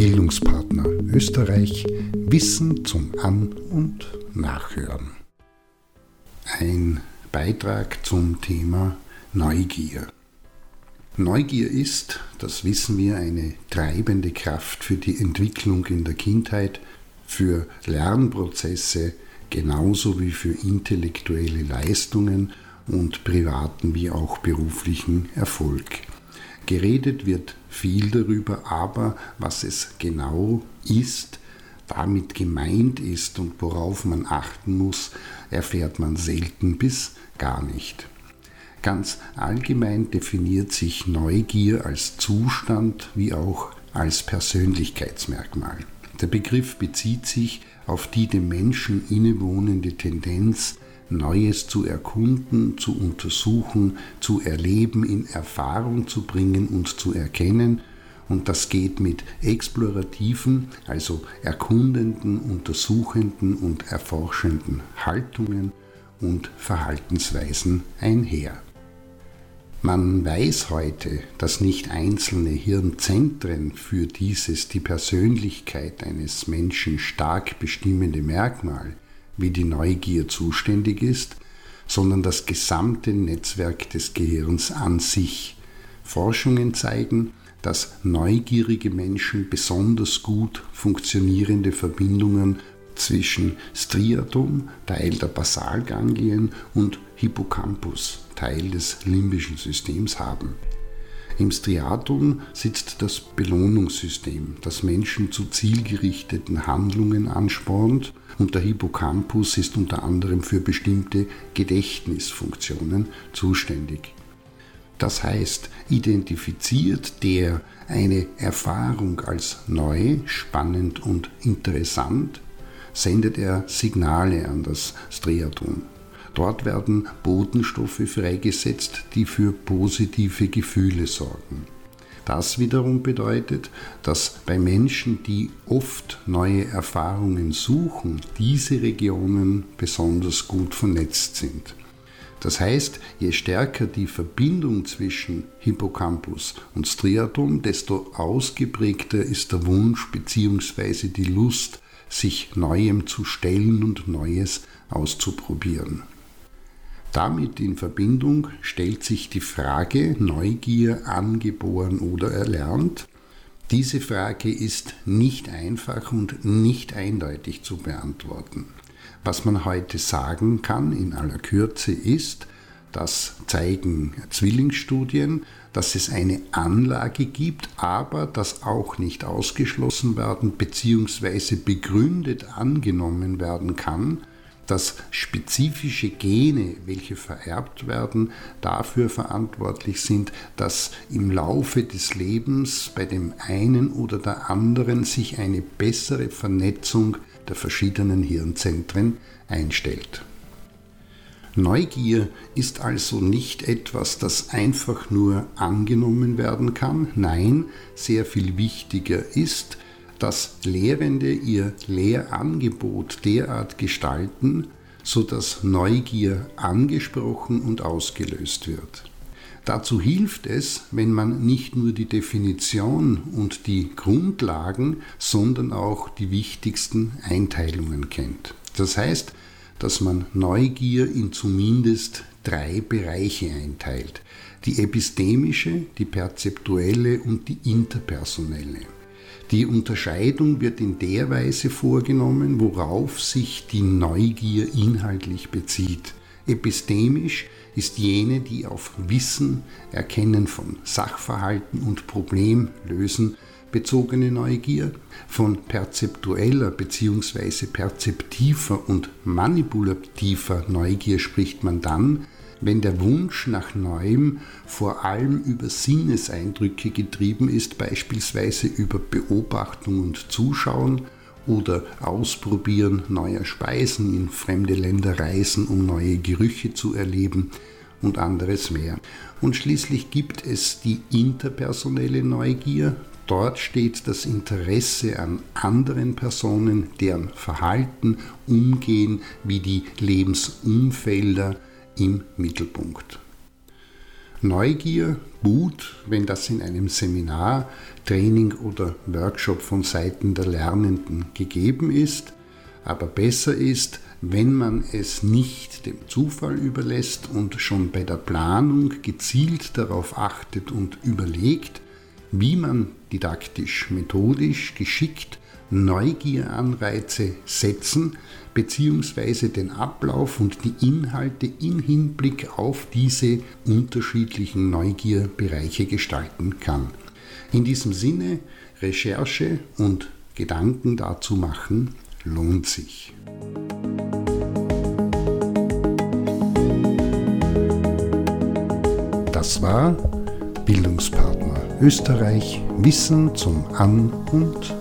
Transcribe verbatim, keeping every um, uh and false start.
Bildungspartner Österreich Wissen zum An- und Nachhören. Ein Beitrag zum Thema Neugier. Neugier ist, das wissen wir, eine treibende Kraft für die Entwicklung in der Kindheit, für Lernprozesse, genauso wie für intellektuelle Leistungen und privaten wie auch beruflichen Erfolg. Geredet wird viel darüber, aber was es genau ist, damit gemeint ist und worauf man achten muss, erfährt man selten bis gar nicht. Ganz allgemein definiert sich Neugier als Zustand wie auch als Persönlichkeitsmerkmal. Der Begriff bezieht sich auf die dem Menschen innewohnende Tendenz, Neues zu erkunden, zu untersuchen, zu erleben, in Erfahrung zu bringen und zu erkennen. Und das geht mit explorativen, also erkundenden, untersuchenden und erforschenden Haltungen und Verhaltensweisen einher. Man weiß heute, dass nicht einzelne Hirnzentren für dieses die Persönlichkeit eines Menschen stark bestimmende Merkmal wie die Neugier zuständig ist, sondern das gesamte Netzwerk des Gehirns an sich. Forschungen zeigen, dass neugierige Menschen besonders gut funktionierende Verbindungen zwischen Striatum, Teil der Basalganglien, und Hippocampus, Teil des limbischen Systems, haben. Im Striatum sitzt das Belohnungssystem, das Menschen zu zielgerichteten Handlungen anspornt, und der Hippocampus ist unter anderem für bestimmte Gedächtnisfunktionen zuständig. Das heißt, identifiziert der eine Erfahrung als neu, spannend und interessant, sendet er Signale an das Striatum. Dort werden Botenstoffe freigesetzt, die für positive Gefühle sorgen. Das wiederum bedeutet, dass bei Menschen, die oft neue Erfahrungen suchen, diese Regionen besonders gut vernetzt sind. Das heißt, je stärker die Verbindung zwischen Hippocampus und Striatum, desto ausgeprägter ist der Wunsch bzw. die Lust, sich Neuem zu stellen und Neues auszuprobieren. Damit in Verbindung stellt sich die Frage, Neugier angeboren oder erlernt? Diese Frage ist nicht einfach und nicht eindeutig zu beantworten. Was man heute sagen kann in aller Kürze ist, das zeigen Zwillingsstudien, dass es eine Anlage gibt, aber dass auch nicht ausgeschlossen werden bzw. begründet angenommen werden kann, dass spezifische Gene, welche vererbt werden, dafür verantwortlich sind, dass im Laufe des Lebens bei dem einen oder der anderen sich eine bessere Vernetzung der verschiedenen Hirnzentren einstellt. Neugier ist also nicht etwas, das einfach nur angenommen werden kann. Nein, sehr viel wichtiger ist, dass Lehrende ihr Lehrangebot derart gestalten, sodass Neugier angesprochen und ausgelöst wird. Dazu hilft es, wenn man nicht nur die Definition und die Grundlagen, sondern auch die wichtigsten Einteilungen kennt. Das heißt, dass man Neugier in zumindest drei Bereiche einteilt: die epistemische, die perzeptuelle und die interpersonelle. Die Unterscheidung wird in der Weise vorgenommen, worauf sich die Neugier inhaltlich bezieht. Epistemisch ist jene, die auf Wissen, Erkennen von Sachverhalten und Problemlösen bezogene Neugier. Von perzeptueller bzw. perzeptiver und manipulativer Neugier spricht man dann, wenn der Wunsch nach Neuem vor allem über Sinneseindrücke getrieben ist, beispielsweise über Beobachtung und Zuschauen oder Ausprobieren neuer Speisen, in fremde Länder reisen, um neue Gerüche zu erleben und anderes mehr. Und schließlich gibt es die interpersonelle Neugier. Dort steht das Interesse an anderen Personen, deren Verhalten, Umgehen wie die Lebensumfelder im Mittelpunkt. Neugier gut, wenn das in einem Seminar, Training oder Workshop von Seiten der Lernenden gegeben ist, aber besser ist, wenn man es nicht dem Zufall überlässt und schon bei der Planung gezielt darauf achtet und überlegt, wie man didaktisch, methodisch, geschickt Neugieranreize setzen bzw. den Ablauf und die Inhalte im Hinblick auf diese unterschiedlichen Neugierbereiche gestalten kann. In diesem Sinne, Recherche und Gedanken dazu machen lohnt sich. Das war Bildungspartner Österreich, Wissen zum An- und